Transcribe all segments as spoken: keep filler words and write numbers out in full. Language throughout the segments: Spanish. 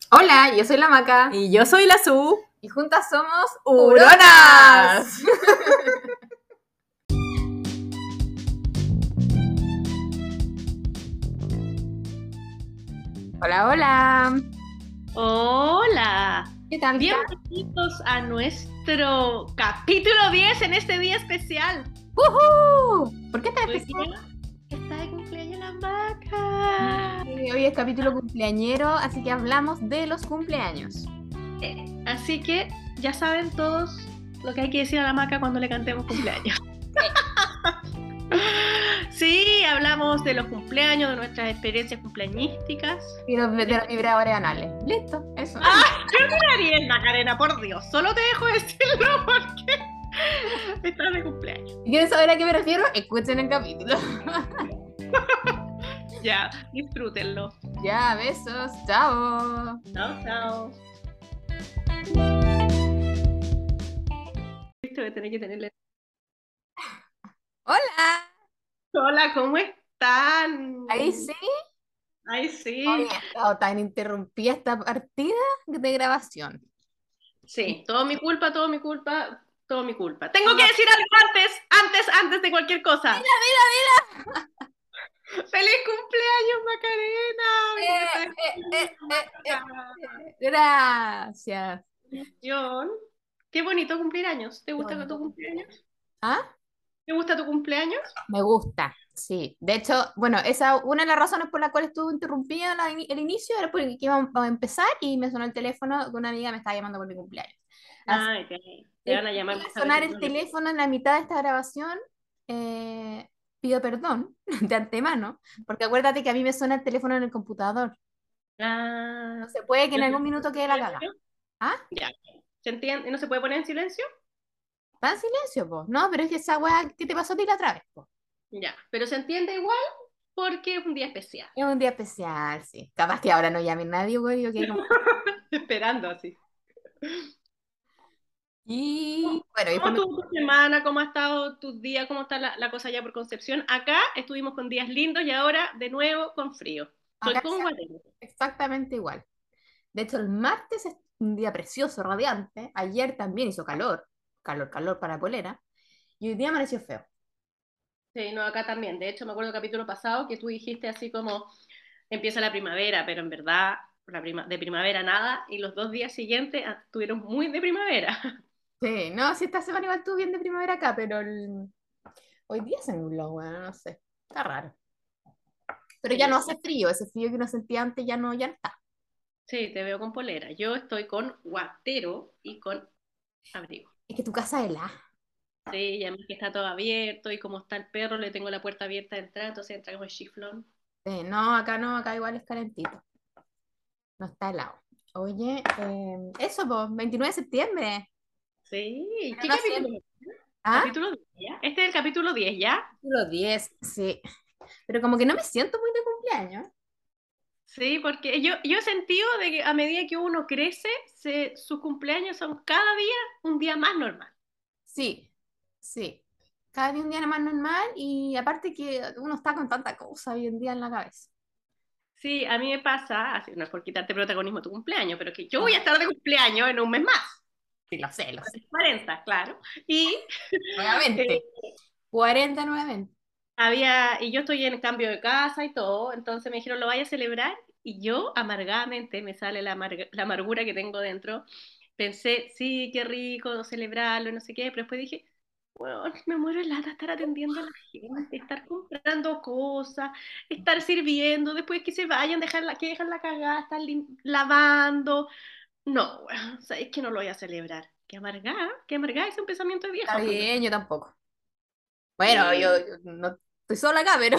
Hola, yo soy la Maca Y yo soy la Su. y juntas somos ¡Huronas! Huronas. Hola, hola. Hola, ¿Qué tal está? bienvenidos a nuestro capítulo diez en este día especial. ¡Woohoo! ¿Por qué tan Hoy especial? día está de cumpleaños la Maca. Sí, hoy es capítulo cumpleañero, así que hablamos de los cumpleaños. Eh, así que ya saben todos lo que hay que decir a la Maca cuando le cantemos cumpleaños. Sí. Sí, hablamos de los cumpleaños, de nuestras experiencias cumpleañísticas. Y los, de los vibradores anales. Listo, eso. ¡Ah! ¡Qué ordinaria, Macarena! Por Dios, solo te dejo decirlo porque estás de cumpleaños. Si quieren saber a qué me refiero, escuchen el capítulo. Ya, disfrútenlo. Ya, besos, chao. Chao, chao. Esto de tener que tenerle. Hola. Hola, ¿cómo Ahí están? sí. Ay, Oye, sí. ha estado tan interrumpida esta partida de grabación. Sí, todo mi culpa, todo mi culpa, todo mi culpa. Tengo que Ah, decir algo antes, antes, antes de cualquier cosa. ¡Feliz cumpleaños, Eh, Macarena! eh, eh, eh, eh, ¡Feliz eh. Gracias. cumpleaños! Qué bonito cumplir años. ¿Te Qué gusta tu bonito cumpleaños? cumpleaños. ¿Ah? ¿Te gusta tu cumpleaños? Me gusta, sí. De hecho, bueno, esa una de las razones por las cuales estuve interrumpida la ini- el inicio era porque íbamos a empezar y me sonó el teléfono que una amiga me estaba llamando por mi cumpleaños. Así Ay, te, te que van a llamar si va a muchas sonar veces. el teléfono en la mitad de esta grabación, eh, pido perdón de antemano, porque acuérdate que a mí me suena el teléfono en el computador. Ah, No se puede que en ¿no se algún puede minuto poner quede en la caga. silencio? ¿Ah? Ya. ¿Se entiende? ¿No se puede poner en silencio? ¿Está en silencio, po? No, pero es que esa weá que te pasó a ti la otra vez, po. Ya. Pero se entiende igual porque es un día especial. Es un día especial, sí. Capaz que ahora no llame nadie, güey, yo quedé como... Esperando así. Y ¿Cómo bueno, y fue cómo mi... estuvo tu semana? ¿Cómo ha estado tus días? ¿Cómo está la, la cosa allá por Concepción? Acá estuvimos con días lindos y ahora de nuevo con frío. Acá Estoy es con guatero. exactamente igual. De hecho, el martes es un día precioso, radiante. Ayer también hizo calor. Calor, calor para polera. Y hoy día amaneció feo. Sí, no, acá también. De hecho, me acuerdo del capítulo pasado que tú dijiste así como empieza la primavera, pero en verdad la prima- de primavera nada y los dos días siguientes ah, estuvieron muy de primavera. Sí, no, sí, esta semana igual estuvo bien de primavera acá, pero el... hoy día se nubló, bueno, no sé. Está raro. Pero ya no Sí, hace frío. Ese frío que uno sentía antes ya no, ya no está. sí, te veo con polera. Yo estoy con guatero y con abrigo. Es que tu casa es helada. Sí, y a mí que está todo abierto y como está el perro, le tengo la puerta abierta de entrada, entonces entra como el chiflón. Sí, no, acá no, acá igual es calentito. No está helado. Oye, eh, eso, pues, veintinueve de septiembre. Sí, Pero ¿qué no capítulo siempre. es? ¿Ah? ¿Capítulo diez ya? Este es el capítulo diez ya. Los diez, sí. Pero como que no me siento muy de cumpleaños. Sí, porque yo, yo he sentido de que a medida que uno crece, se, sus cumpleaños son cada día un día más normal. Sí, sí. Cada día un día más normal y aparte que uno está con tanta cosa hoy en día en la cabeza. Sí, a mí me pasa, así, no es por quitarte protagonismo a tu cumpleaños, pero que yo voy a No, estar de cumpleaños en un mes más, sí, lo sé, lo sé. cuarenta, claro. Y eh, Nuevamente. Cuarenta nuevamente. había, y yo estoy en cambio de casa y todo, entonces me dijeron, lo vaya a celebrar, y yo amargadamente me sale la, amarga- la amargura que tengo dentro. Pensé, sí, qué rico celebrarlo, no sé qué, pero después dije, bueno, me muero de lata estar atendiendo a la gente, estar comprando cosas, estar sirviendo, después que se vayan, dejar la, que dejan la cagada, estar lim- lavando. No, bueno, sabes que no lo voy a celebrar. Qué amargada, qué amargada es un pensamiento de Está vieja, pues. bien, yo tampoco. Bueno, yo, Sí. yo no estoy sola acá, pero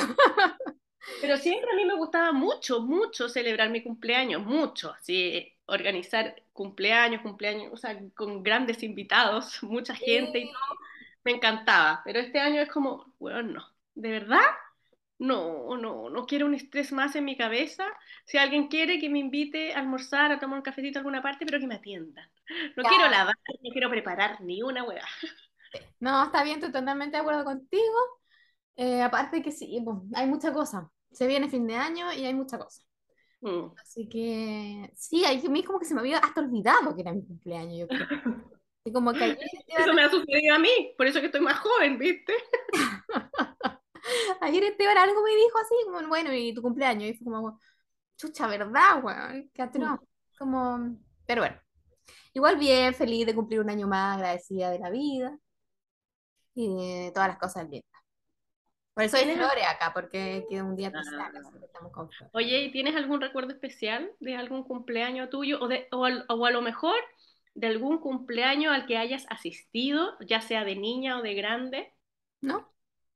Pero siempre a mí me gustaba mucho, mucho celebrar mi cumpleaños, mucho, así, organizar cumpleaños, cumpleaños, o sea, con grandes invitados, mucha gente y todo, sí. me encantaba. Pero este año es como, bueno, no, de verdad, no, no, no quiero un estrés más en mi cabeza. Si alguien quiere que me invite a almorzar, a tomar un cafecito a alguna parte, pero que me atiendan. No quiero Ya. lavar, no quiero preparar ni una hueá. No, está bien, estoy totalmente de acuerdo contigo. Eh, aparte que sí, pues, hay mucha cosa. Se viene fin de año y hay mucha cosa. Mm. Así que sí, a mí como que se me había hasta olvidado que era mi cumpleaños, yo creo. Y como que ayer Eso Esteban, me ha sucedido a mí, por eso que estoy más joven, ¿viste? ayer Esteban algo me dijo así, como, bueno, y tu cumpleaños. Y fue como, chucha, ¿verdad, weón? Qué atroz. Como, pero bueno, igual bien, feliz de cumplir un año más, agradecida de la vida y de todas las cosas lindas. Por ¿Y eso hay tienes, flores acá, porque queda un día especial, ah, así que estamos con flores. oye, ¿y tienes algún recuerdo especial de algún cumpleaños tuyo o, de, o, al- o a lo mejor de algún cumpleaños al que hayas asistido, ya sea de niña o de grande? ¿No?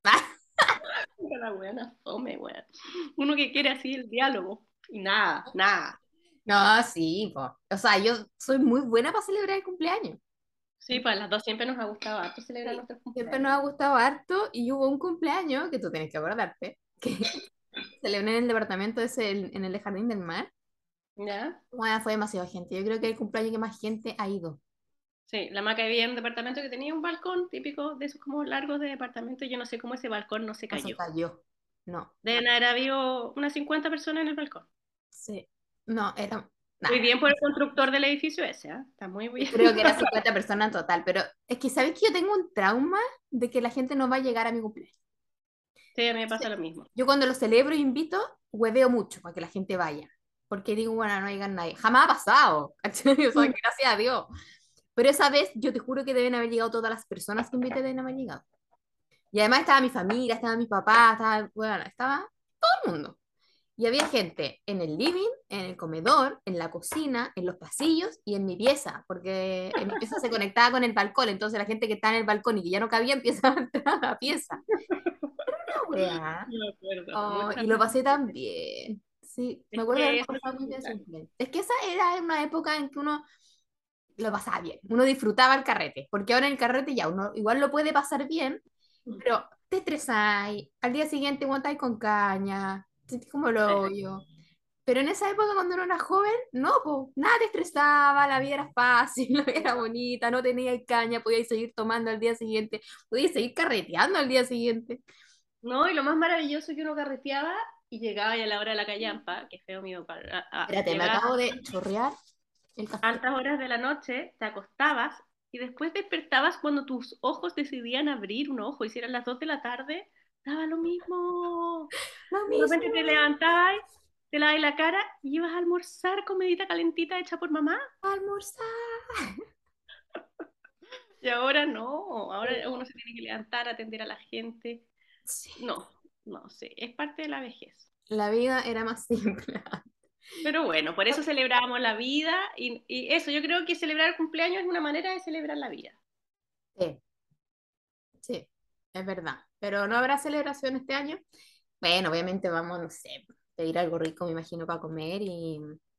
La buena fome, weón. Uno que quiere así el diálogo y nada, nada. No, sí, po. O sea, yo soy muy buena para celebrar el cumpleaños. Sí, pues a las dos siempre nos ha gustado harto celebrar Sí. nuestros Siempre cumpleaños. nos ha gustado harto y hubo un cumpleaños que tú tienes que acordarte, que celebré en el departamento ese, en en el Jardín del Mar. ¿Ya? Bueno, fue demasiada gente. Yo creo que el cumpleaños que más gente ha ido. Sí, la Maca vivía en un departamento que tenía un balcón típico de esos como largos de departamento y yo no sé cómo ese balcón no se No se cayó. cayó. No, Deben haber habido unas cincuenta personas en el balcón. sí. No, era Muy nada. bien por el constructor del edificio ese, ¿ah? Está muy Yo bien. creo que era cincuenta personas en total, pero es que sabes que yo tengo un trauma de que la gente no va a llegar a mi cumpleaños. Sí, a mí me pasa lo mismo. Yo cuando lo celebro e invito, hueveo mucho para que la gente vaya. Porque digo, bueno, no haya nadie. Jamás ha pasado. ¿Cachai? O sea, Mm. gracias a Dios. Pero esa vez yo te juro que deben haber llegado todas las personas que invité, deben haber llegado. Y además estaba mi familia, estaba mi papá, estaba, bueno, estaba todo el mundo. Y había gente en el living, en el comedor, en la cocina, en los pasillos y en mi pieza, porque en mi pieza se conectaba con el balcón, entonces la gente que está en el balcón y que ya no cabía empieza a entrar a la pieza. Una wea. No me acuerdo. Oh, Muchas y lo veces. pasé tan bien. Sí, me Es acuerdo de que haber eso es pasado lo muy bien ese importante. cumpleaños. Es que esa era una época en que uno lo pasaba bien, uno disfrutaba el carrete, porque ahora en el carrete ya uno igual lo puede pasar bien, pero te estresáis, al día siguiente aguantáis con caña, te sentís como Sí. lo yo. Pero en esa época, cuando uno era joven, no, po, nada te estresaba, la vida era fácil, la vida era bonita, no tenías caña, podías seguir tomando al día siguiente, podías seguir carreteando al día siguiente. No, y lo más maravilloso es que uno carreteaba y llegaba ya a la hora de la callampa, que feo mío, para, a- a- Espérate, me llegaba acabo de chorrear el a café. altas horas de la noche, te acostabas y después despertabas cuando tus ojos decidían abrir un ojo, y si eran las dos de la tarde, daba lo mismo. Lo De repente te mismo, levantabas, te lavabas la cara y ibas a almorzar comidita calentita hecha por mamá. almorzar. Y ahora no, ahora uno se tiene que levantar, atender a la gente. Sí, No, no sé, es parte de la vejez. la vida era más simple. Pero bueno, por eso celebramos la vida y, y eso, yo creo que celebrar el cumpleaños es una manera de celebrar la vida. Sí, sí, es verdad. Pero no habrá celebración este año. Bueno, obviamente vamos, no sé, pedir algo rico, me imagino, para comer y,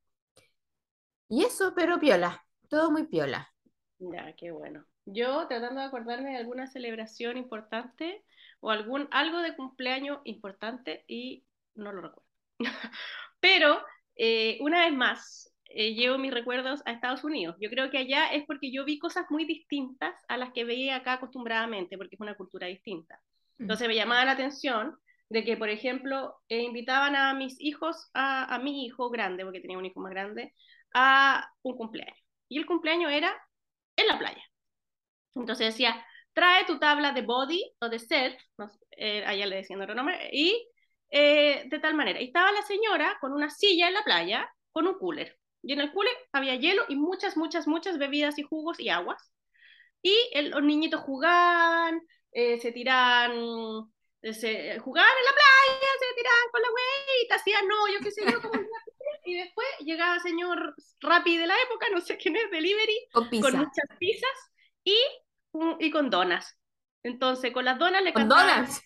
y eso, pero piola, todo muy piola. Ya, qué bueno. Yo tratando de acordarme de alguna celebración importante o algún algo de cumpleaños importante y no lo recuerdo. Pero eh, una vez más, eh, llevo mis recuerdos a Estados Unidos. Yo creo que allá es porque yo vi cosas muy distintas a las que veía acá acostumbradamente, porque es una cultura distinta. Mm. Entonces me llamaba la atención de que, por ejemplo, eh, invitaban a mis hijos, a, a mi hijo grande, porque tenía un hijo más grande, a un cumpleaños. Y el cumpleaños era en la playa. Entonces decía, trae tu tabla de body o de surf, no sé, eh, allá le decían otro nombre, y eh, de tal manera. Y estaba la señora con una silla en la playa, con un cooler. Y en el cooler había hielo y muchas, muchas, muchas bebidas y jugos y aguas. Y el, los niñitos jugaban, eh, se tiraban, eh, se, jugaban en la playa, se tiraban con la hueita, hacían no, yo qué sé yo, como y después llegaba señor Rappi de la época, no sé quién es, delivery, Con con pizza. muchas pizzas y, y con donas. Entonces, con las donas le Con cantaban donuts.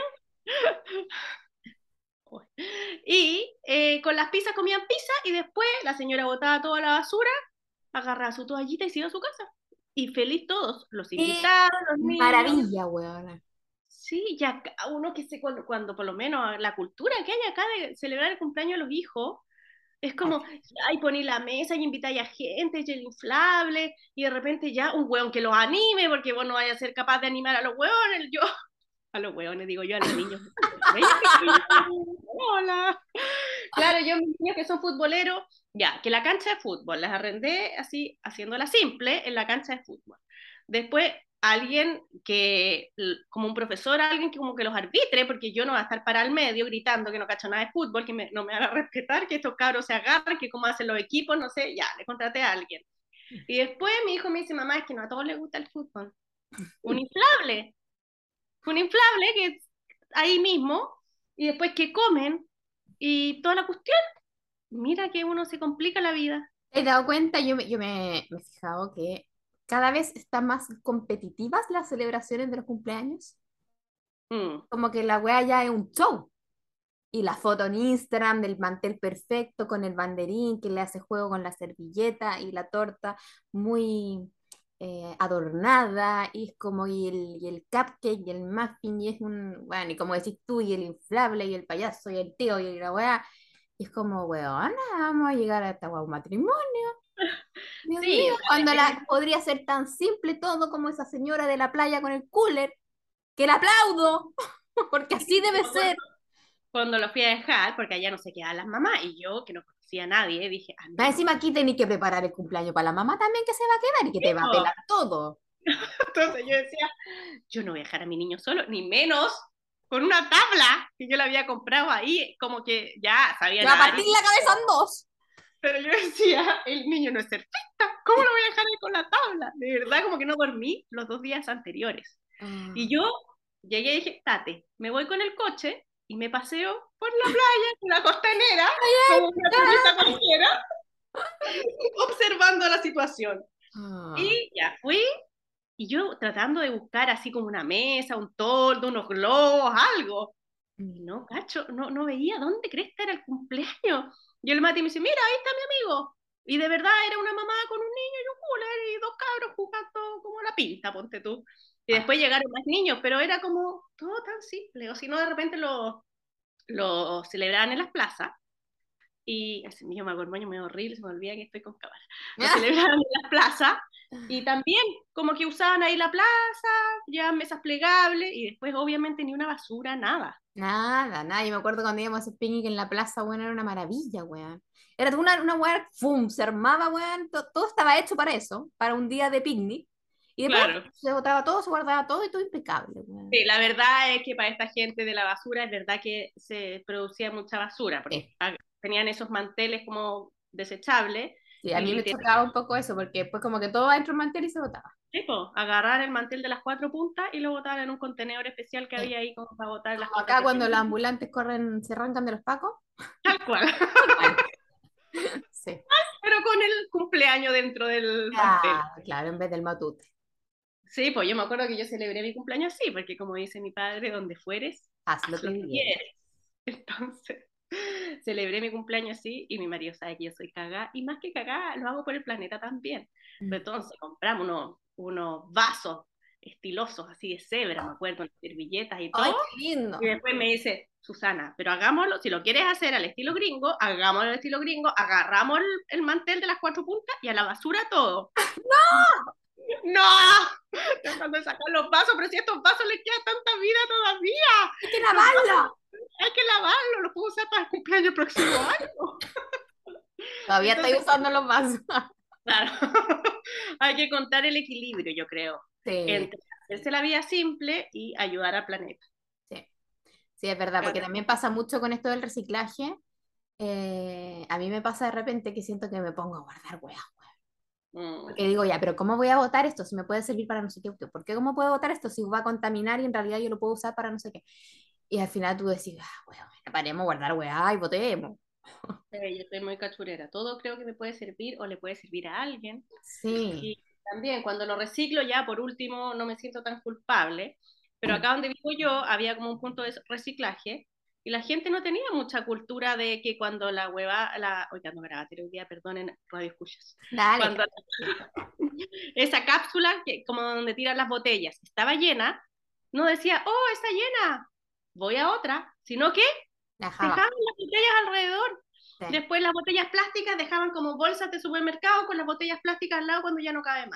y eh, con las pizzas comían pizza y después la señora botaba toda la basura, agarraba su toallita y se iba a su casa. Y feliz todos, los Qué invitados, los niños. maravilla, weona. Sí, ya uno que se, cuando, cuando por lo menos la cultura que hay acá de celebrar el cumpleaños de los hijos, es como, ay, poní la mesa y invitáis a gente, y el inflable, y de repente ya un hueón que los anime, porque vos no vayas a ser capaz de animar a los hueones. Yo, A los hueones, digo yo, a los niños. Hola. Claro, yo mis niños que son futboleros, ya, que la cancha de fútbol, las arrendé así, haciéndola simple, en la cancha de fútbol. Después, alguien que, como un profesor, alguien que como que los arbitre, porque yo no voy a estar para el medio gritando que no cacho nada de fútbol, que me, no me haga respetar, que estos cabros se agarren, que cómo hacen los equipos, no sé, ya, le contraté a alguien. Y después mi hijo me dice, mamá, es que no a todos les gusta el fútbol. Un inflable, un inflable que es ahí mismo, y después que comen, y toda la cuestión. Mira que uno se complica la vida. ¿Te has dado cuenta? Yo me, yo me, me he fijado que cada vez están más competitivas las celebraciones de los cumpleaños. Mm. Como que la wea ya es un show. Y la foto en Instagram del mantel perfecto con el banderín que le hace juego con la servilleta y la torta muy eh, adornada. Y es como, y el, y el cupcake y el muffin, y es un, bueno, y como decís tú, y el inflable y el payaso y el tío y la wea. Y es como, weona, vamos a llegar a esta wea, un matrimonio. Dios mío, Sí, o sea, cuando depende. la, podría ser tan simple todo como esa señora de la playa con el cooler, que la aplaudo, porque así Yo debe me acuerdo ser. cuando lo fui a dejar, porque allá no se quedaban las mamás, y yo, que no conocía a nadie, dije, a mí Más no encima me aquí tenéis que preparar el cumpleaños para la mamá también que se va a quedar y que te va a gusta. pelar todo. Entonces yo decía, yo no voy a dejar a mi niño solo, ni menos con una tabla que yo le había comprado ahí, como que ya sabía Te va a nadar, partir y- la cabeza en dos. pero yo decía, el niño no es surfista, ¿cómo lo voy a dejar ahí con la tabla? De verdad, como que no dormí los dos días anteriores. Y Ah, yo llegué y dije, Tate, me voy con el coche y me paseo por la playa, por la costanera, como una turista cualquiera, observando la situación. ah, Y ya fui, y yo tratando de buscar así como una mesa, un toldo, unos globos, algo. Y mm. no, cacho, no, no veía dónde crees que era el cumpleaños. Y el Mati me dice, mira, ahí está mi amigo. Y de verdad era una mamá con un niño y un cooler y dos cabros jugando como la pinta, ponte tú. Y Ah, después llegaron más niños, pero era como todo tan simple. O si no, de repente lo, lo celebraban en las plazas. Y ese mío me acuerdo, me horrible, se me olvida que estoy con cámara. Lo celebraban en las plazas. Y también como que usaban ahí la plaza, llevaban mesas plegables y después obviamente ni una basura, nada. nada, nada. Yo me acuerdo cuando íbamos a hacer picnic en la plaza, weón, era una maravilla, weón. Era una, una weón, ¡fum! Se armaba, weón. to- Todo, estaba hecho para eso, para un día de picnic. Y después Claro. se botaba todo, se guardaba todo y todo impecable, weón. Sí, la verdad es que para esta gente de la basura es verdad que se producía mucha basura, porque Sí. ah, tenían esos manteles como desechables Sí, a y mí me literal, chocaba un poco eso, porque después como que todo va dentro del mantel y se botaba. tipo, agarrar el mantel de las cuatro puntas y lo botar en un contenedor especial que Sí. había ahí como para botar las Como cosas acá de cuando los picnic. ambulantes corren, se arrancan de los pacos. Tal cual, Igual. Sí. pero con el cumpleaños dentro del mantel. Claro, claro, en vez del matute. Sí, pues yo me acuerdo que yo celebré mi cumpleaños así, porque como dice mi padre, donde fueres, Haz lo haz que lo que vieres. quieres. Entonces, celebré mi cumpleaños así y mi marido sabe que yo soy cagada y más que cagada, lo hago por el planeta también. Mm. Entonces, compramos unos, unos vasos estilosos así de cebra, me acuerdo, unas servilletas y ¡Ay, todo. qué lindo! Y después me dice, Susana, pero hagámoslo, si lo quieres hacer al estilo gringo, hagámoslo al estilo gringo, agarramos el, el mantel de las cuatro puntas y a la basura todo. ¡No! Tratando de sacar los vasos, pero si a estos vasos les queda tanta vida todavía. ¡Hay que Los vasos lavarlo! hay que lavarlos, los puedo usar para el cumpleaños próximo año. Todavía estoy Entonces, usando los vasos. claro, hay que contar el equilibrio, yo creo, Sí, entre hacerse la vida simple y ayudar al planeta. sí, sí, es verdad, porque Cada- también pasa mucho con esto del reciclaje. Eh, a mí me pasa de repente que siento que me pongo a guardar weá. Mm, Porque digo, ya, pero ¿cómo voy a votar esto si me puede servir para no sé qué? ¿Por qué cómo puedo votar esto si va a contaminar y en realidad yo lo puedo usar para no sé qué? Y al final tú decís, ah, bueno, paremos a guardar weá y votemos. eh, yo estoy muy cachurera. Todo creo que me puede servir o le puede servir a alguien. Sí. Y también cuando lo reciclo ya, por último, no me siento tan culpable. Pero acá donde vivo yo había como un punto de reciclaje y la gente no tenía mucha cultura de que cuando la hueva, la, oiga, no grababa hoy día, perdonen, radio escuchas. Dale, Cuando tranquila. esa cápsula, que, como donde tiran las botellas, estaba llena, no decía, oh, está llena, voy a otra, sino que La java. dejaban las botellas alrededor. Sí. Después las botellas plásticas dejaban como bolsas de supermercado con las botellas plásticas al lado cuando ya no cabe más.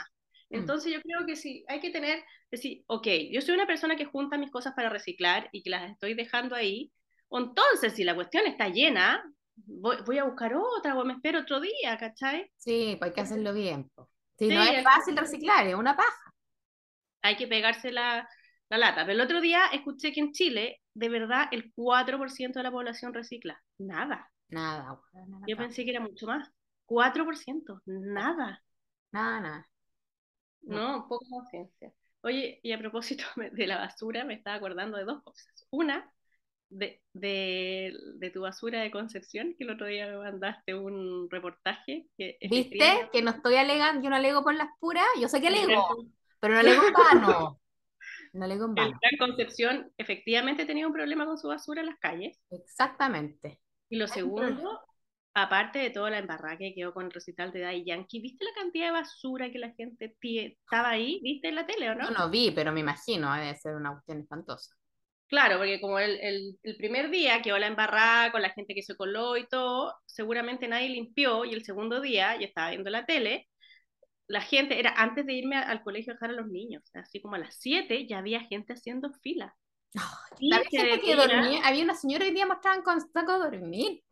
Mm. Entonces yo creo que sí, hay que tener, decir, ok, yo soy una persona que junta mis cosas para reciclar y que las estoy dejando ahí, o entonces si la cuestión está llena, voy, voy a buscar otra o me espero otro día, ¿cachai? Sí, pues hay que hacerlo bien, po. Si no es Sí, al fácil final reciclar, es una paja. hay que pegarse la, la lata. Pero el otro día escuché que en Chile, de verdad, el cuatro por ciento de la población recicla. Nada. Nada, weón, nada, Yo nada, pensé que era mucho más. Cuatro por ciento, nada. nada, nada. No. No, poca conciencia. Oye, y a propósito de la basura, me estaba acordando de dos cosas. Una, de, de, de tu basura de Concepción, que el otro día me mandaste un reportaje que ¿Viste efectivamente que no estoy alegando? Yo no alego por las puras, yo sé que el alego, Gran, pero no alego en vano. No alego en el vano. Gran Concepción efectivamente tenía un problema con su basura en las calles. Exactamente. Y lo Hay un problema. segundo, aparte de toda la embarrada que quedó con el recital de Daddy Yankee, ¿viste la cantidad de basura que la gente tie- estaba ahí? ¿Viste en la tele o Yo no? no vi, pero me imagino, debe ser una cuestión espantosa. Claro, porque como el, el, el primer día quedó la embarrada con la gente que se coló y todo, seguramente nadie limpió, y el segundo día, yo estaba viendo la tele, la gente, era antes de irme a- al colegio a dejar a los niños, así como a las siete ya había gente haciendo fila. Había Y se gente que veía, dormía, había una señora que hoy día mostraban con saco de dormir.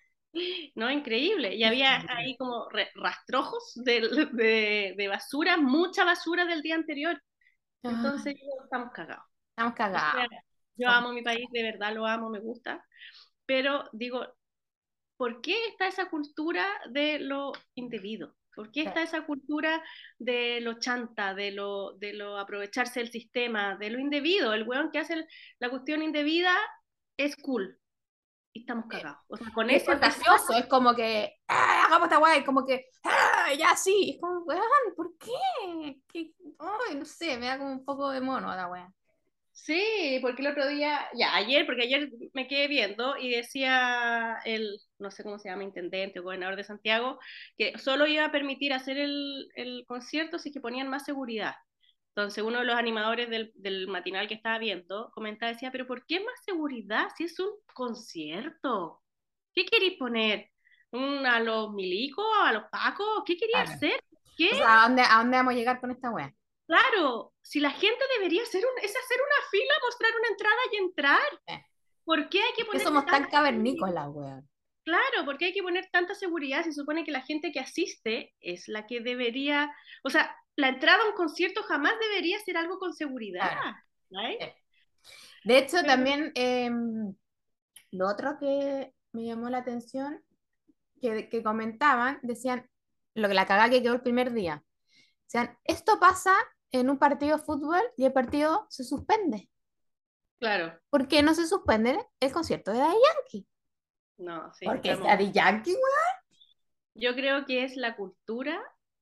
no, increíble, y había ahí como re- rastrojos de, de, de basura, mucha basura del día anterior. Entonces, Ay, yo, estamos cagados. estamos O cagados. sea, yo amo mi país, de verdad lo amo, me gusta, pero digo, ¿por qué está esa cultura de lo indebido? ¿Por qué está esa cultura de lo chanta, de lo, de lo aprovecharse del sistema, de lo indebido? El weón que hace el- la cuestión indebida es cool y estamos cagados. O sea, con Y es ese, esa, contagioso, es como que, "Ah, hagamos esta guay", como que, "Ah, ya sí", es como, weón, ¿por qué? ¿Qué? Ay, no sé, me da como un poco de mono la weá. sí, porque el otro día, ya, ayer, porque ayer me quedé viendo y decía el, no sé cómo se llama, intendente o gobernador de Santiago, que solo iba a permitir hacer el, el concierto si que ponían más seguridad. Entonces uno de los animadores del, del matinal que estaba viendo comentaba, decía, pero ¿por qué más seguridad si es un concierto? ¿Qué queréis poner? ¿Un, ¿A los milicos? ¿A los pacos? ¿Qué quería Claro. hacer? ¿Qué? O sea, ¿a dónde, a dónde vamos a llegar con esta weá? Claro, si la gente debería hacer un, es hacer una fila, mostrar una entrada y entrar. Eh, ¿Por qué hay que ¿por qué ponerle somos tan tanta seguridad? cavernícolas, weón? Claro, ¿por qué hay que poner tanta seguridad? Se supone que la gente que asiste es la que debería, o sea, la entrada a un concierto jamás debería ser algo con seguridad, Claro. ¿right? Eh. De hecho, Pero, también em, lo otro que me llamó la atención, que, que comentaban, decían, lo que la cagada que quedó el primer día. Decían, esto pasa en un partido de fútbol y el partido se suspende. claro, ¿Por qué no se suspende el concierto de Daddy Yankee? no, sí, Porque es estamos. Daddy Yankee, weón. Yo creo que es la cultura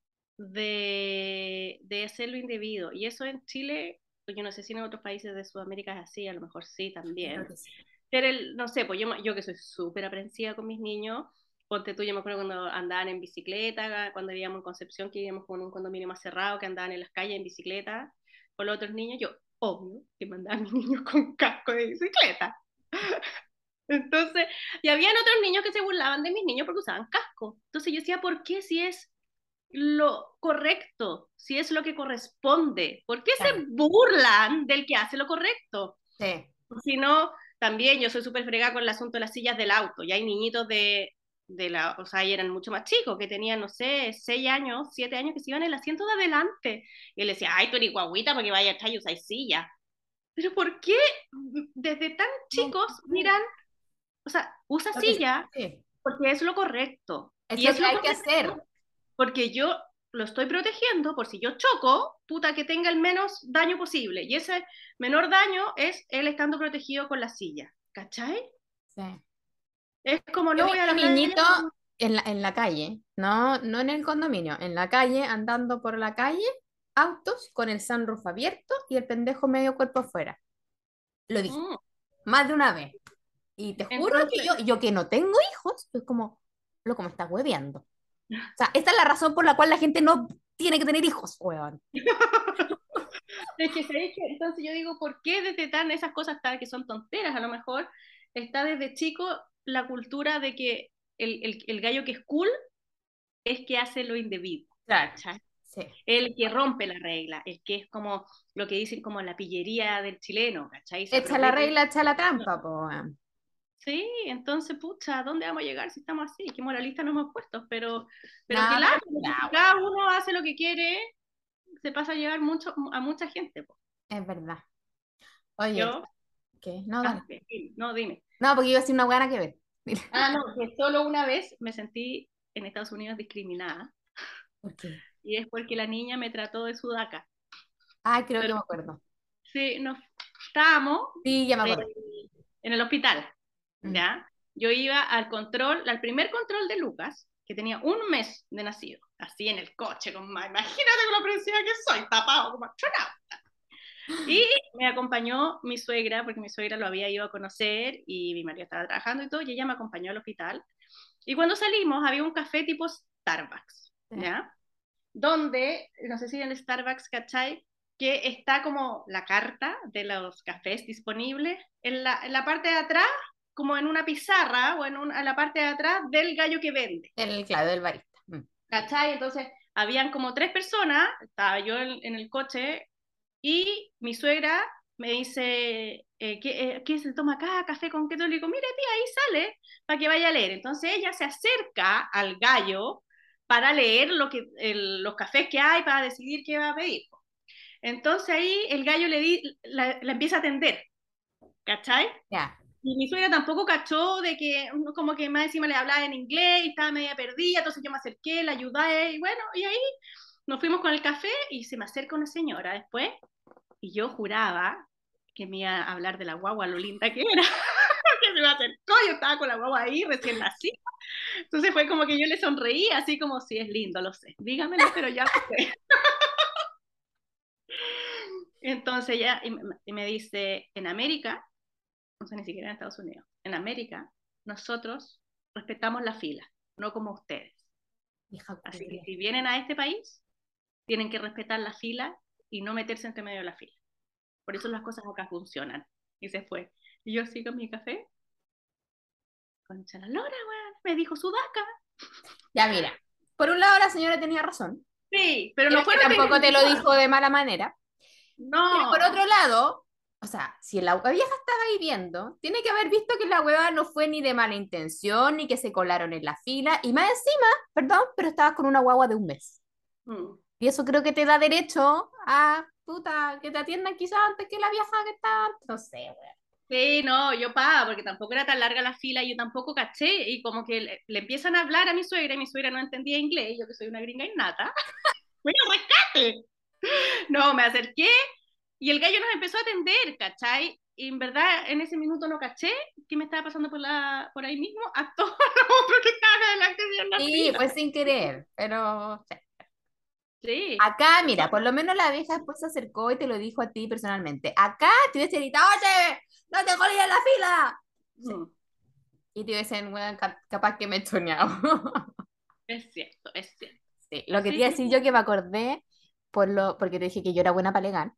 de, de hacer lo indebido. Y eso en Chile, pues yo no sé si en otros países de Sudamérica es así, a lo mejor sí Yo creo también. que sí. Pero el, no sé, pues yo, yo que soy súper aprensiva con mis niños, ponte tú, yo me acuerdo cuando andaban en bicicleta, cuando vivíamos en Concepción, que vivíamos con un condominio más cerrado, que andaban en las calles en bicicleta con los otros niños, yo, obvio, que mandaba a mis niños con casco de bicicleta. Entonces, y habían otros niños que se burlaban de mis niños porque usaban casco. Entonces yo decía, ¿por qué si es lo correcto, si es lo que corresponde? ¿Por qué se Claro. burlan del que hace lo correcto? Sí, Si no, también yo soy súper fregada con el asunto de las sillas del auto. Ya hay niñitos de, de la, o sea, y eran mucho más chicos, que tenían, no sé, seis años, siete años, que se iban en el asiento de adelante. Y él decía, ay, tú eres guaguita porque vaya a estar y usáis silla. Pero ¿por qué desde tan no, chicos miran, o sea, usa lo que sí, silla sí, porque es lo correcto? es Y lo es que lo hay que hacer. correcto porque yo lo estoy protegiendo por si yo choco, puta, que tenga el menos daño posible. Y ese menor daño es él estando protegido con la silla. ¿Cachai? Sí. Es como Yo he no voy a visto la playa. niñitos en la, en la calle, no, no en el condominio, en la calle, andando por la calle, autos con el sunroof abierto y el pendejo medio cuerpo afuera. Lo he visto Mm. más de una vez. Y te juro que Entonces, yo, yo que no tengo hijos, es como, loco, me estás hueveando. O sea, esta es la razón por la cual la gente no tiene que tener hijos, weón. es que sabéis que entonces yo digo, ¿por qué desde tan esas cosas tan, que son tonteras a lo mejor, está desde chico la cultura de que el, el, el gallo que es cool es que hace lo indebido? Claro, ¿Cachai? Sí. El que rompe la regla, el que es como lo que dicen como la pillería del chileno, ¿cachai? Se Echa la aprovecha. regla, echa la trampa, po, weón. Sí, entonces, pucha, ¿a dónde vamos a llegar si estamos así? Qué moralistas nos hemos puesto, pero, No, pero que la, pero ya, si weón. cada uno hace lo que quiere, se pasa a llevar mucho, a mucha gente, po. Es verdad. Oye, Yo, ¿qué? No, ah, dale. sí, no, dime. No, porque iba a decir una buena que ver. Ah, no, que solo una vez me sentí en Estados Unidos discriminada, ¿Por qué? y es porque la niña me trató de sudaca. Ay, creo que Pero me acuerdo. sí, nos estábamos Sí, ya me eh, acordé. en el hospital, Mm. ¿ya? Yo iba al control, al primer control de Lucas, que tenía un mes de nacido, así en el coche, con más, imagínate con la princesa que soy, tapado como astronauta. Y me acompañó mi suegra, porque mi suegra lo había ido a conocer y mi marido estaba trabajando y todo, y ella me acompañó al hospital. Y cuando salimos había un café tipo Starbucks, Sí. ¿ya? Donde, no sé si en el Starbucks, ¿cachai? Que está como la carta de los cafés disponibles en la, en la parte de atrás, como en una pizarra o en, un, en la parte de atrás del gallo que vende, El clave del barista. Mm. ¿cachai? Entonces, habían como tres personas, estaba yo en, en el coche y mi suegra me dice, eh, ¿qué, eh, ¿qué se toma acá? ¿Café con qué? Le digo, mire tía, ahí sale para que vaya a leer. Entonces ella se acerca al gallo para leer lo que, el, los cafés que hay para decidir qué va a pedir. Entonces ahí el gallo le di, la, la empieza a atender, ¿cachai? Ya. Y mi suegra tampoco cachó de que como que más encima le hablaba en inglés y estaba media perdida, entonces yo me acerqué, la ayudé y bueno, y ahí nos fuimos con el café y se me acerca una señora después y yo juraba que me iba a hablar de la guagua, lo linda que era, que se me acercó, yo estaba con la guagua ahí recién nacida, entonces fue como que yo le sonreí así como, sí, es lindo, lo sé, dígamelo, pero ya lo sé. Entonces ya, y me, y me dice, en América, no sé ni siquiera en Estados Unidos, en América, nosotros respetamos la fila, no como ustedes. Hija Así que culia. si vienen a este país, tienen que respetar la fila y no meterse entre medio de la fila. Por eso las cosas acá funcionan. Y se fue. Y yo sigo mi café. Concha la lora, weón. Me dijo sudaca. Ya, mira. Por un lado, la señora tenía razón, Sí, pero pero no es fue que nuestra tampoco te lo intención. dijo de mala manera. Pero por No. otro lado, o sea, si la vieja estaba ahí viendo, tiene que haber visto que la hueva no fue ni de mala intención, ni que se colaron en la fila, y más encima, perdón, pero estabas con una guagua de un mes. Mm. Y eso creo que te da derecho a, puta, que te atiendan quizás antes que la vieja que está, no sé, weón. Sí, no, yo paga, porque tampoco era tan larga la fila, y yo tampoco caché, y como que le, le empiezan a hablar a mi suegra, y mi suegra no entendía inglés, yo que soy una gringa innata. ¡Bueno, rescate! No, me acerqué, y el gallo nos empezó a atender, ¿cachai? Y en verdad, en ese minuto no caché que me estaba pasando por, la, por ahí mismo a todos los otros que estaban adelante de en la Sí, fila. fue sin querer, pero sí. Sí. Acá, mira, por lo menos la vieja después se acercó y te lo dijo a ti personalmente. Acá te hubiese gritado, oye, no te colgues en la fila. Sí. Mm, Y te hubiesen, bueno, cap- capaz que me he choneado. es cierto, es cierto. Sí, lo que te Así iba a que, decir yo que me acordé, por lo, porque te dije que yo era buena para legal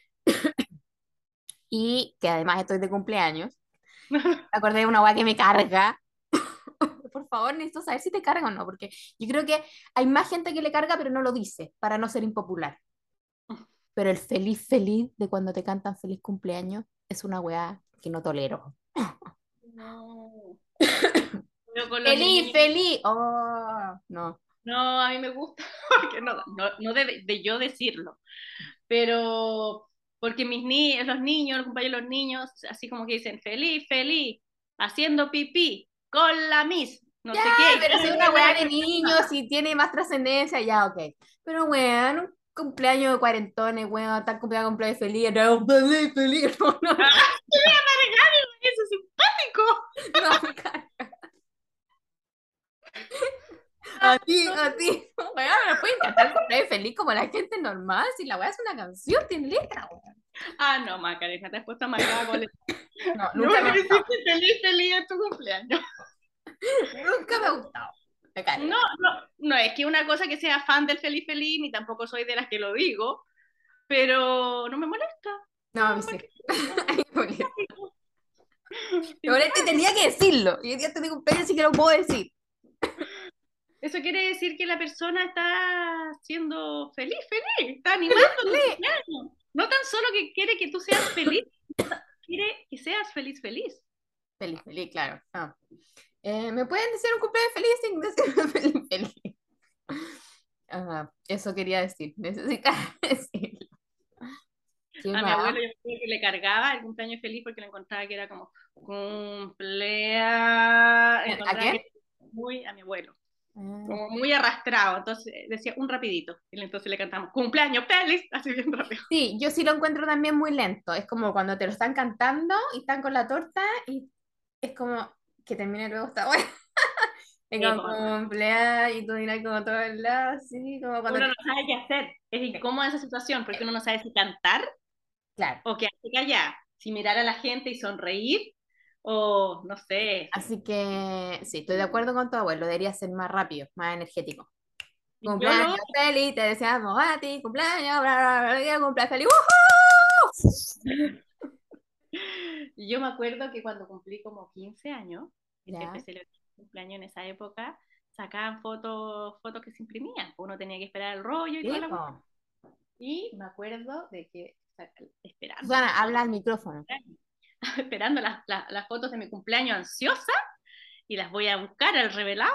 y que además estoy de cumpleaños. Me acordé de una weá que me carga. Por favor, necesito saber si te carga o no, porque yo creo que hay más gente que le carga, pero no lo dice, para no ser impopular. Pero el feliz, feliz de cuando te cantan feliz cumpleaños es una weá que no tolero. no. Pero con los Feliz, niños, feliz. Oh, no. no, a mí me gusta, porque no, no, no de, de yo decirlo, pero porque mis niños, los niños, los compañeros de los niños, así como que dicen feliz, feliz, haciendo pipí, con la mis, no Ya, sé qué, y pero si cada es vez una que weá me de niños y tiene más trascendencia, ya, ok. Pero weón, un cumpleaños de cuarentones, weón, tal cumpleaños, cumpleaños feliz, no, feliz, feliz, no, no, ¡Ah! no, ¡Qué amargado! ¡Eso es simpático! no, me carga. A ti, No. a ti. Weón, me pueden cantar cumpleaños feliz como la gente normal, si la weá es una canción, tiene letra, weón. Ah, no, Macarena, te has puesto amargada con el... No, No, nunca me porque ha me gustado. hiciste feliz, feliz en tu cumpleaños. Nunca me ha gustado. Me carga. No, no, no es que una cosa que sea fan del feliz, feliz, ni tampoco soy de las que lo digo, pero no me molesta. No, a mí No, ¿para sí. qué? No, A mí me molesta. simpático, Me molesta y simpático. tenía que decirlo. Y hoy día te digo cumpleaños, así que lo puedo decir. Eso quiere decir que la persona está siendo feliz, feliz, está Feliz, animando tu feliz. cumpleaños. No tan solo que quiere que tú seas feliz, quiere que seas feliz, feliz. Feliz, feliz, claro. Ah. Eh, ¿me pueden decir un cumpleaños feliz sin decirme feliz, feliz? Ajá, eso quería decir. Necesitaba decirlo. ¿Qué A mi más? abuelo yo creo que le cargaba el cumpleaños feliz porque le encontraba que era como cumpleaños, ¿A encontraba quién? que era muy, a mi abuelo, Ah, como muy arrastrado, entonces decía un rapidito, y entonces le cantamos cumpleaños feliz, así bien rápido. sí, yo sí lo encuentro también muy lento. Es como cuando te lo están cantando y están con la torta y es como que termine luego esta wea. Es Sí, como pues, cumpleaños y tú miras como todo el lado, así como cuando uno te... no sabe qué hacer, es incómoda esa situación porque uno no sabe si cantar Claro. o quedarse callada, si mirar a la gente y sonreír o no sé. Así que sí, estoy de acuerdo con tu abuelo. Debería ser más rápido, más energético. Yo Cumpleaños lo, feliz, te deseamos a ti, cumpleaños, bla, bla, bla, bla, cumpleaños feliz. ¡Woohoo! yo me acuerdo que cuando cumplí como quince años, que siempre Ya, celebré mi cumpleaños en esa época, sacaban fotos, fotos que se imprimían. Uno tenía que esperar el rollo y toda sí, la cuestión. po. Y me acuerdo de que saca- esperando las Susana, habla fotos, al micrófono. esperando las, las, las fotos de mi cumpleaños ansiosa y las voy a buscar al revelado.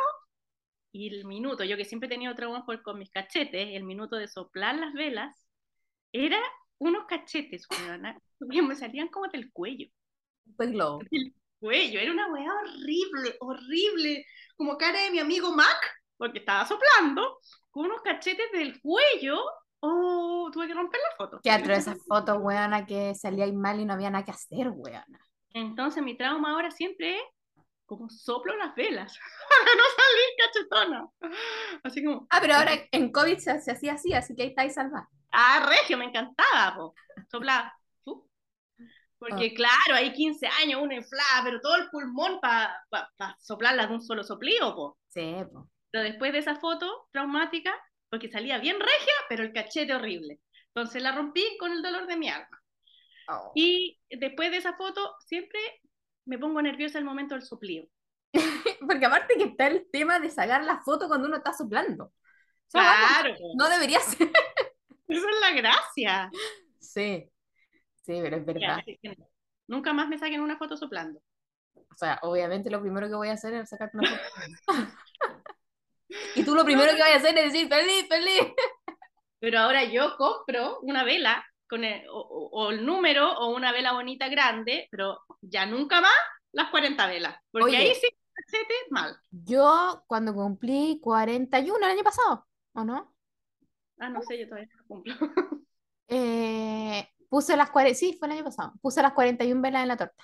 Y el minuto, yo que siempre he tenido traumas por, con mis cachetes, el minuto de soplar las velas, era unos cachetes, weona, que me salían como del cuello. Pues globo. Del cuello, era una weá horrible, horrible, como cara de mi amigo Mac, porque estaba soplando, con unos cachetes del cuello. Oh, tuve que romper la foto, Qué tuve que atro romper la esas fotos, foto. weona, que salía ahí mal y no había nada que hacer, weona. Entonces mi trauma ahora siempre es como soplo las velas para no salir cachetona. Así como, Ah, pero ahora entonces, en COVID se, se hacía así, así que ahí estáis salvados. ah, regio, me encantaba, po. Soplar. Uh, Oh, Porque claro, hay quince años, uno inflada, pero todo el pulmón para pa, pa soplarlas de un solo soplido, po. sí, po. Pero después de esa foto traumática, porque salía bien regia, pero el cachete horrible. Entonces la rompí con el dolor de mi alma. Oh. Y después de esa foto, siempre me pongo nerviosa al momento del soplido. Porque aparte que está el tema de sacar la foto cuando uno está soplando. Esa weá no, Claro, po. no debería ser. Esa es la gracia. Sí, sí, pero es Ya, verdad. así que no. Nunca más me saquen una foto soplando. O sea, obviamente lo primero que voy a hacer es sacar una foto. Y tú lo No, primero que vas a hacer es decir, feliz, feliz. pero ahora yo compro una vela con el, o, o- o el número o una vela bonita grande, pero ya nunca más las cuarenta velas, porque ahí Oye, sí, cachete, mal. yo cuando cumplí cuarenta y uno el año pasado, ¿o no? Ah, no sé, yo todavía no lo cumplo. Eh, puse las cuarenta, sí, fue el año pasado. Puse las cuarenta y una velas en la torta.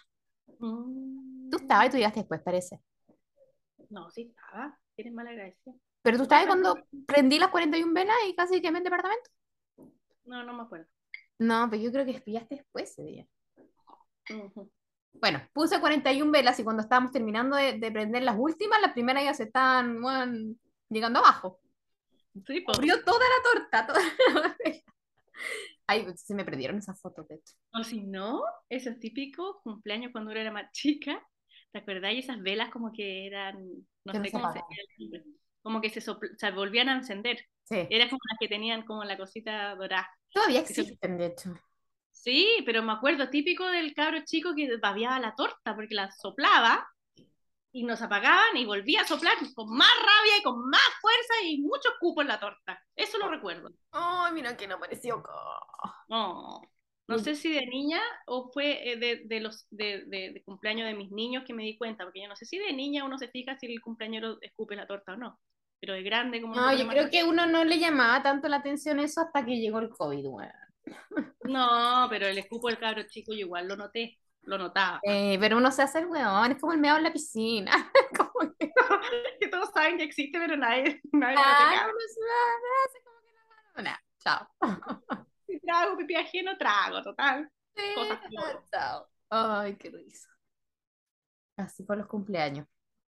Tú estabas y tú Mm, llegaste después, parece. no, sí estaba. Eres mal agradecida. Pero tú Igual estabas tanto. cuando prendí las cuarenta y una velas y casi quemé el departamento. No, no me acuerdo. No, pero yo creo que pillaste después ese día. Ujú. Bueno, puse cuarenta y una velas y cuando estábamos terminando de, de prender las últimas, las primeras ya se estaban, bueno, llegando abajo. Sí, pues. Cubrió toda la torta, toda la vela. Ay, se me perdieron esas fotos, de hecho. O si no, esos típicos cumpleaños cuando uno era más chica, ¿te acordás? Y esas velas como que eran, no Que no sé se cómo se apagaban. llama el nombre, como que se, sopl- se volvían a encender. Sí. Eran como las que tenían como la cosita dorada. Todavía Que se- existen, de hecho. Sí, pero me acuerdo típico del cabro chico que babeaba la torta porque la soplaba y nos apagaban y volvía a soplar con más rabia y con más fuerza y mucho cupo en la torta. Eso lo recuerdo. Ay, mira que no apareció acá. No, no sé si de niña o fue eh, de, de los de, de- de cumpleaños de mis niños que me di cuenta, porque yo no sé si de niña uno se fija si el cumpleañero escupe la torta o no, pero de grande como uno No, se yo pone más creo que responsable. uno no le llamaba tanto la atención eso hasta que llegó el COVID, weón. No, pero el escupo del cabro chico yo igual lo noté, lo notaba. Eh, pero uno se hace el weón, es como el meado en la piscina. Como que, Que todos saben que existe, pero nadie, nadie le hace ah, caso. no se hace como que no, no, chao. Si trago pipi ajeno, trago, total. Sí, Cosas peores. chao. Ay, qué risa. Así con los cumpleaños.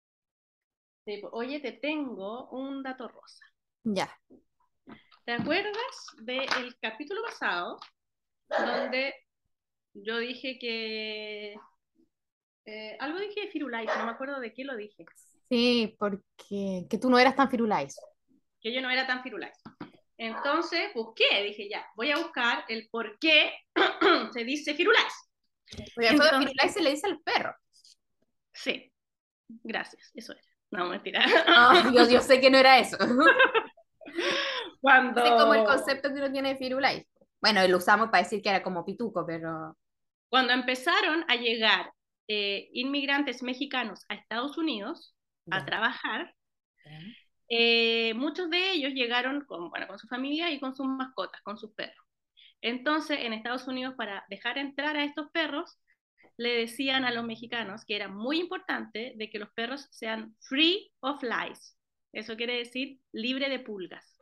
Sí, pues, oye, te tengo un dato rosa. Ya. ¿Te acuerdas del capítulo pasado donde yo dije que... eh, algo dije de Firulais, no me acuerdo de qué lo dije. Sí, porque que tú no eras tan firulais. que yo no era tan firulais. Entonces busqué, dije ya, voy a buscar el por qué se dice firulais. Porque después de Entonces, firulais se le dice al perro. sí, gracias, eso era. No, mentira. Ah, yo, yo sé que no era eso. Ese es como el Cuando, concepto que uno tiene de firulais. Bueno, lo usamos para decir que era como pituco, pero... cuando empezaron a llegar eh, inmigrantes mexicanos a Estados Unidos a Ya. trabajar, Ya. eh, muchos de ellos llegaron con, bueno, con su familia y con sus mascotas, con sus perros. Entonces, en Estados Unidos, para dejar entrar a estos perros, le decían a los mexicanos que era muy importante de que los perros sean free of lice. Eso quiere decir libre de pulgas.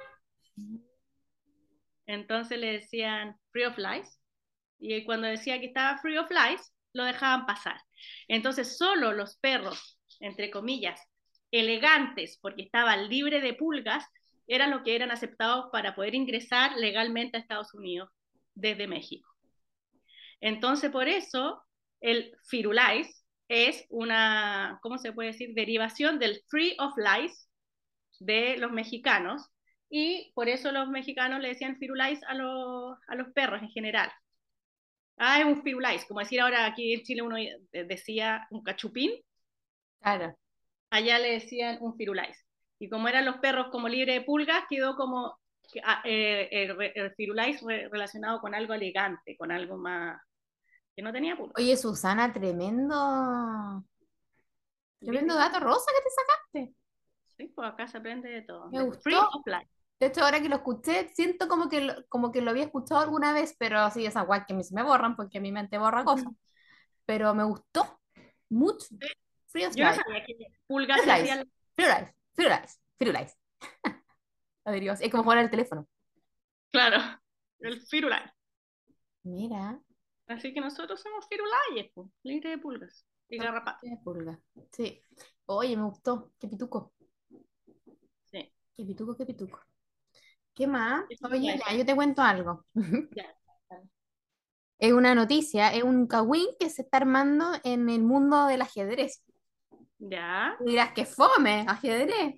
Entonces le decían free of lice y cuando decía que estaba free of lice, lo dejaban pasar. Entonces solo los perros, entre comillas, elegantes, porque estaban libres de pulgas, eran lo que eran aceptados para poder ingresar legalmente a Estados Unidos desde México. Entonces, por eso, el Firulais es una, ¿cómo se puede decir? Derivación del Free of Lice de los mexicanos. Y por eso los mexicanos le decían Firulais a los, a los perros en general. Ah, es un Firulais, como decir ahora aquí en Chile uno decía un cachupín, Claro. allá le decían un Firulais. Y como eran los perros como libre de pulgas, quedó como eh, el, el Firulais relacionado con algo elegante, con algo más que no tenía pulgas. Oye, Susana, tremendo, tremendo ¿Viste? dato rosa que te sacaste. Sí, pues acá se aprende de todo. Me The Free gustó. of Life. De hecho, ahora que lo escuché, siento como que lo, como que lo había escuchado alguna vez, pero así esas guay que a mí se me borran porque mi mente borra cosas. Pero me gustó mucho. Free of Yo no life. sabía que pulga Free se of life. decía. Free of life. Free of life. Free of life. Lo diría así. Es como jugar al teléfono. Claro, el Firulais. Mira, Así que nosotros somos Firulais, pues, libre de pulgas y son garrapatas. de pulga. Sí. Oye, me gustó. Qué pituco. Sí, Qué pituco, qué pituco. ¿Qué más? eso Oye, era ya, eso. yo te cuento algo. Ya. Es una noticia, es un cagüín que se está armando en el mundo del ajedrez. Ya. Y dirás que fome, ajedrez.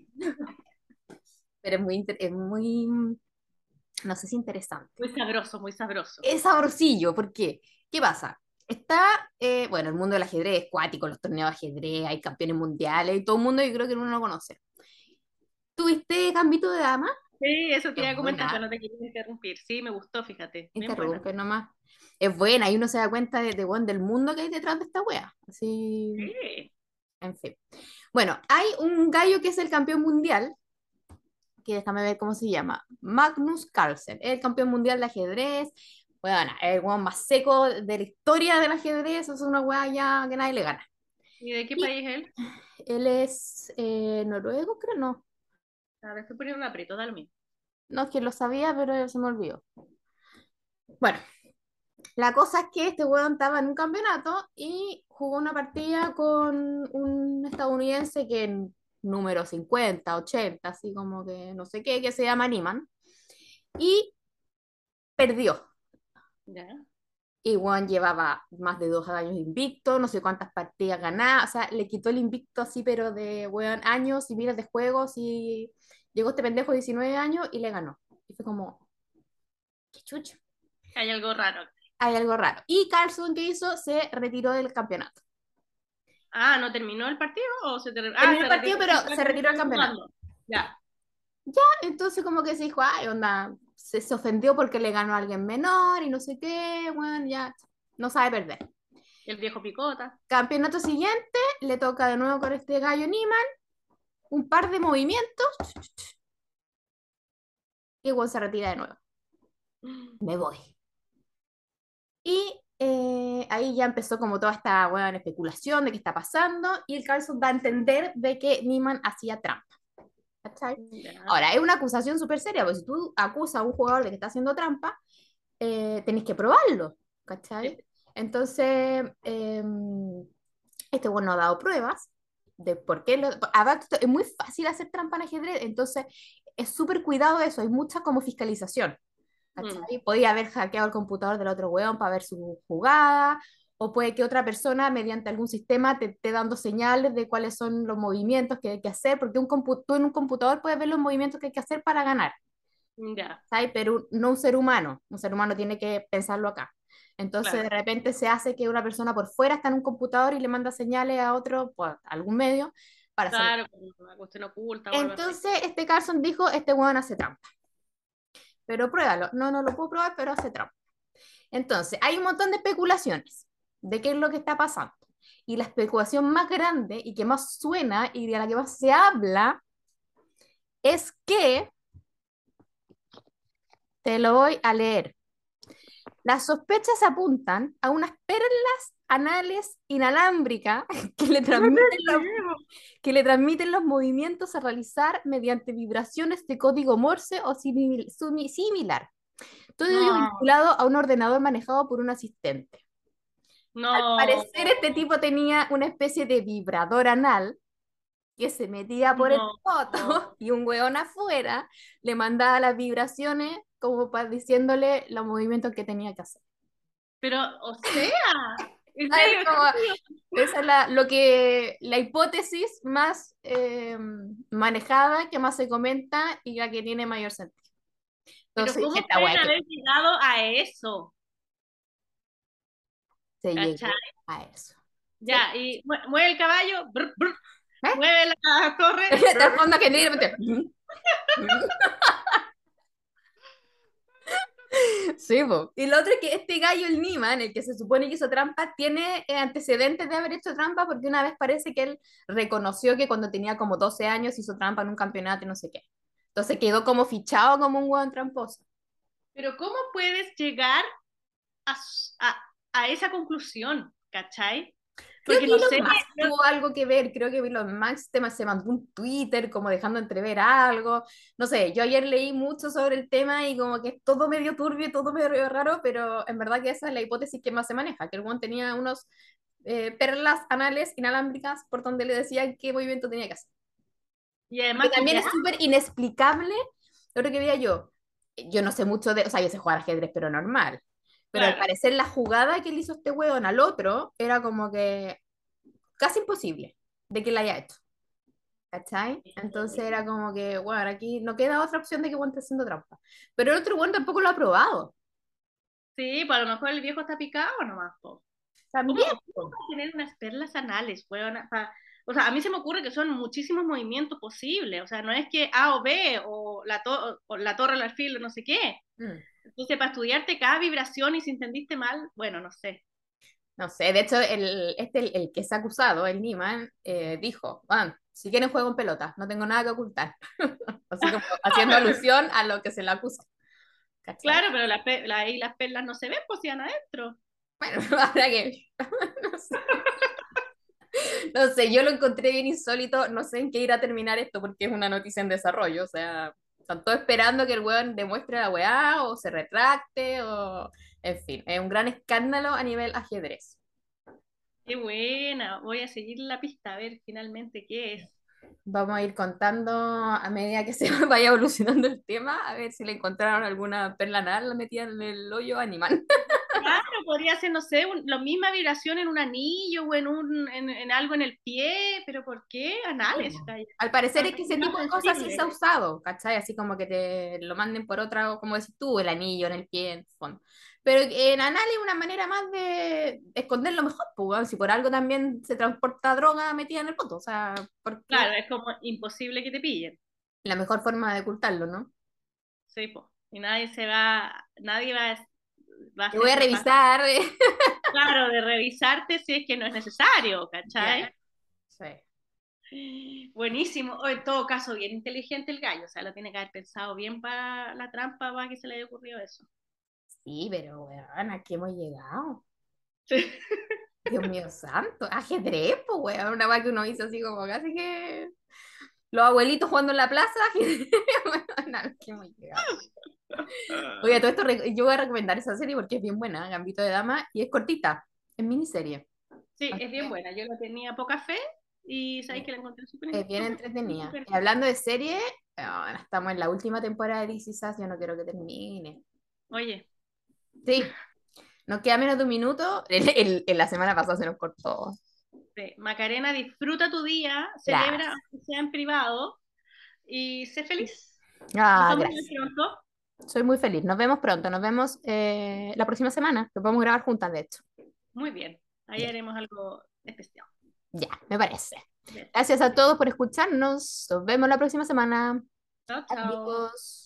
Pero es muy, inter- es muy, no sé si interesante. Muy sabroso, muy sabroso. Es saborcillo, ¿por qué? ¿Qué pasa? Está, eh, bueno, el mundo del ajedrez es cuático, los torneos de ajedrez, hay campeones mundiales y todo el mundo, yo creo que uno lo conoce. ¿Tuviste Gambito de Dama? Sí, eso te Es iba a comentar, pero buena, no te quería interrumpir. Sí, me gustó, fíjate. Bien buena. interrumpe nomás. Es buena y uno se da cuenta de, de, bueno, del mundo que hay detrás de esta wea. Así, Sí. en fin. Bueno, hay un gallo que es el campeón mundial, que déjame ver cómo se llama, Magnus Carlsen, el campeón mundial de ajedrez, bueno, el weón más seco de la historia del ajedrez, es una weá ya que nadie le gana. ¿Y de qué Y país es él? él es eh, noruego, creo, no, A ver, estoy poniendo un aprieto, dale mío. no es que lo sabía, pero se me olvidó. Bueno, la cosa es que este weón estaba en un campeonato y jugó una partida con un estadounidense que en número cincuenta ochenta así como que no sé qué, que se llama Niman, y perdió. Ya. Y Juan llevaba más de dos años invicto, no sé cuántas partidas ganaba, o sea, le quitó el invicto así, pero de weón, años y miles de juegos, y llegó este pendejo de diecinueve años y le ganó. Y fue como, qué chucho, Hay algo raro. hay algo raro. Y Carlson, ¿qué hizo? Se retiró del campeonato. Ah, ¿no terminó el partido o se ter- Ah, Terminó el se partido, retiró pero el se partido retiró del campeonato. jugando. Ya. Ya, entonces como que se dijo, ay, onda, se, se ofendió porque le ganó a alguien menor y no sé qué, bueno, ya, no sabe perder. El viejo picota. Campeonato siguiente, le toca de nuevo con este gallo Niman, un par de movimientos y Juan se retira de nuevo. Me voy. Y eh, ahí ya empezó como toda esta buena especulación de qué está pasando y el Carlson da a entender de que Niman hacía trampa. ¿Cachai? Ya. Ahora, es una acusación súper seria, porque si tú acusas a un jugador de que está haciendo trampa, eh, tenés que probarlo. Sí. ¿Cachai? Entonces, eh, este bueno ha dado pruebas de por qué. Lo, además, es muy fácil hacer trampa en ajedrez, entonces es súper cuidado de eso, hay mucha como fiscalización. Mm. ¿Cachai? Podía haber hackeado el computador del otro weón para ver su jugada, o puede que otra persona, mediante algún sistema, te esté dando señales de cuáles son los movimientos que hay que hacer, porque un compu- tú en un computador puedes ver los movimientos que hay que hacer para ganar, Ya, ¿sabes? Pero no un ser humano, un ser humano tiene que pensarlo acá. Entonces, de claro. repente se hace que una persona por fuera está en un computador y le manda señales a otro, por algún medio, para hacerlo. Claro, como una cuestión oculta o algo así. Entonces, este Carson dijo, este weón hace trampa, pero pruébalo. No, no lo puedo probar, pero hace trampa. Entonces, hay un montón de especulaciones de qué es lo que está pasando. Y la especulación más grande y que más suena y de la que más se habla es que, te lo voy a leer, las sospechas apuntan a unas perlas anales inalámbricas que le No te transmiten los, creo. que le transmiten los movimientos a realizar mediante vibraciones de código Morse o simil- sumi- similar. Todo ello No, vinculado a un ordenador manejado por un asistente. Al no, parecer, este tipo tenía una especie de vibrador anal que se metía por el no, poto no. y un weón afuera le mandaba las vibraciones como para diciéndole los movimientos que tenía que hacer. Pero, o sea, en ¿Sabes? serio, Como, esa es la, lo que, la hipótesis más eh, manejada, que más se comenta y la que tiene mayor sentido. pero Entonces dije, ¿cómo esta pueden weá que haber llegado a eso? se llegó ¿Cachai? a eso. ¿Sí? Ya, y mue- mueve el caballo, brr, brr, ¿Eh? mueve la torre, De brr. fondo que directamente. Sí, po. Y lo otro es que este gallo, el Niman, el que se supone que hizo trampa, tiene eh, antecedentes de haber hecho trampa porque una vez parece que él reconoció que cuando tenía como doce años hizo trampa en un campeonato y no sé qué. Entonces quedó como fichado como un hueón tramposo. Pero ¿cómo puedes llegar a, s- a, a esa conclusión? ¿Cachai? Creo Porque que no sé, Elon Musk yo- tuvo algo que ver, creo que Elon Musk tema- se mandó un Twitter como dejando entrever algo, no sé, yo ayer leí mucho sobre el tema y como que es todo medio turbio, todo medio raro, pero en verdad que esa es la hipótesis que más se maneja, que el one tenía unos eh, perlas anales inalámbricas por donde le decían qué movimiento tenía que hacer. y Lo que además, también ya, es súper inexplicable, lo que veía yo, yo no sé mucho de, o sea, yo sé jugar ajedrez, pero normal. Pero al claro. parecer la jugada que le hizo este hueón al otro era como que casi imposible de que la haya hecho, ¿cachai? Entonces era como que, bueno, aquí no queda otra opción de que Juan esté haciendo trampa. Pero el otro Juan tampoco lo ha probado. Sí, pues a lo mejor el viejo está picado nomás, po. ¿Cómo, También, cómo va a tener unas perlas anales, weón? Pa- O sea, a mí se me ocurre que son muchísimos movimientos posibles. O sea, no es que A o B o la, to- o la torre al alfil o no sé qué. mm, Entonces, para estudiarte cada vibración y si entendiste mal, bueno, no sé. no sé, de hecho, el, este, el, el que se ha acusado, el Niman, eh, dijo, "Juan, si quieren juego en pelota, no tengo nada que ocultar." Así como haciendo alusión a lo que se le acusa, ¿cachai? Claro, pero la pe- la- ahí las perlas no se ven, pues si van adentro. Bueno, habrá que... No sé. No sé, yo lo encontré bien insólito, no sé en qué irá a terminar esto porque es una noticia en desarrollo, o sea, están todos esperando que el weón demuestre la weá o se retracte o, en fin, es un gran escándalo a nivel ajedrez. Qué buena. Voy a seguir la pista a ver finalmente qué es. Vamos a ir contando a medida que se vaya evolucionando el tema, a ver si le encontraron alguna perla anal metida en el hoyo animal. Claro, podría ser, no sé, un- la misma vibración en un anillo o en, un, en, en algo en el pie, pero ¿por qué? Anales, calla. Al parecer es Algo que ese más tipo de cosas sí se ha sensible. usado, ¿cachai? Así como que te lo manden por otra, como decís tú, el anillo en el pie, en el fondo. Pero en anal es una manera más de esconderlo mejor, pues, weón, si por algo también se transporta droga metida en el poto, o sea, porque Claro, es como imposible que te pillen. la mejor forma de ocultarlo, ¿no? Sí, po. Y nadie se va, nadie va, a- va a Te voy ser a capaz, revisar. eh. claro, de revisarte si es que no es necesario, Ya. ¿cachai? Sí. Buenísimo. O en todo caso, bien inteligente el gallo, o sea, lo tiene que haber pensado bien para la trampa, para que se le haya ocurrido eso. Sí, pero weón, ¿a qué hemos llegado? Sí. Dios mío santo, ajedrez, pues weón, una vez que uno hizo así como casi que los abuelitos jugando en la plaza, ajedrez, weón, ¿a qué hemos llegado? Oye, todo esto, re- yo voy a recomendar esa serie porque es bien buena, Gambito de Dama, y es cortita, es miniserie. Sí, Así es bien que buena. Yo le tenía poca fe y sabéis que la encontré súper, es bien súper, entretenida. súper. Y hablando de serie, ah, estamos en la última temporada de This Is Us, yo no quiero que termine. Oye, Sí, Nos queda menos de un minuto. El- el- en la semana pasada se nos cortó. Sí. Macarena, disfruta tu día, celebra, Gracias. aunque sea en privado, y sé feliz. Nos Ah, vamos a ver gracias. pronto. Soy muy feliz. Nos vemos pronto. Nos vemos eh, la próxima semana. Que podemos grabar juntas, de hecho. Muy bien. Ahí Ya, haremos algo especial. ya, me parece. Besos. Gracias a todos por escucharnos. Nos vemos la próxima semana. Chao, chao. Adiós.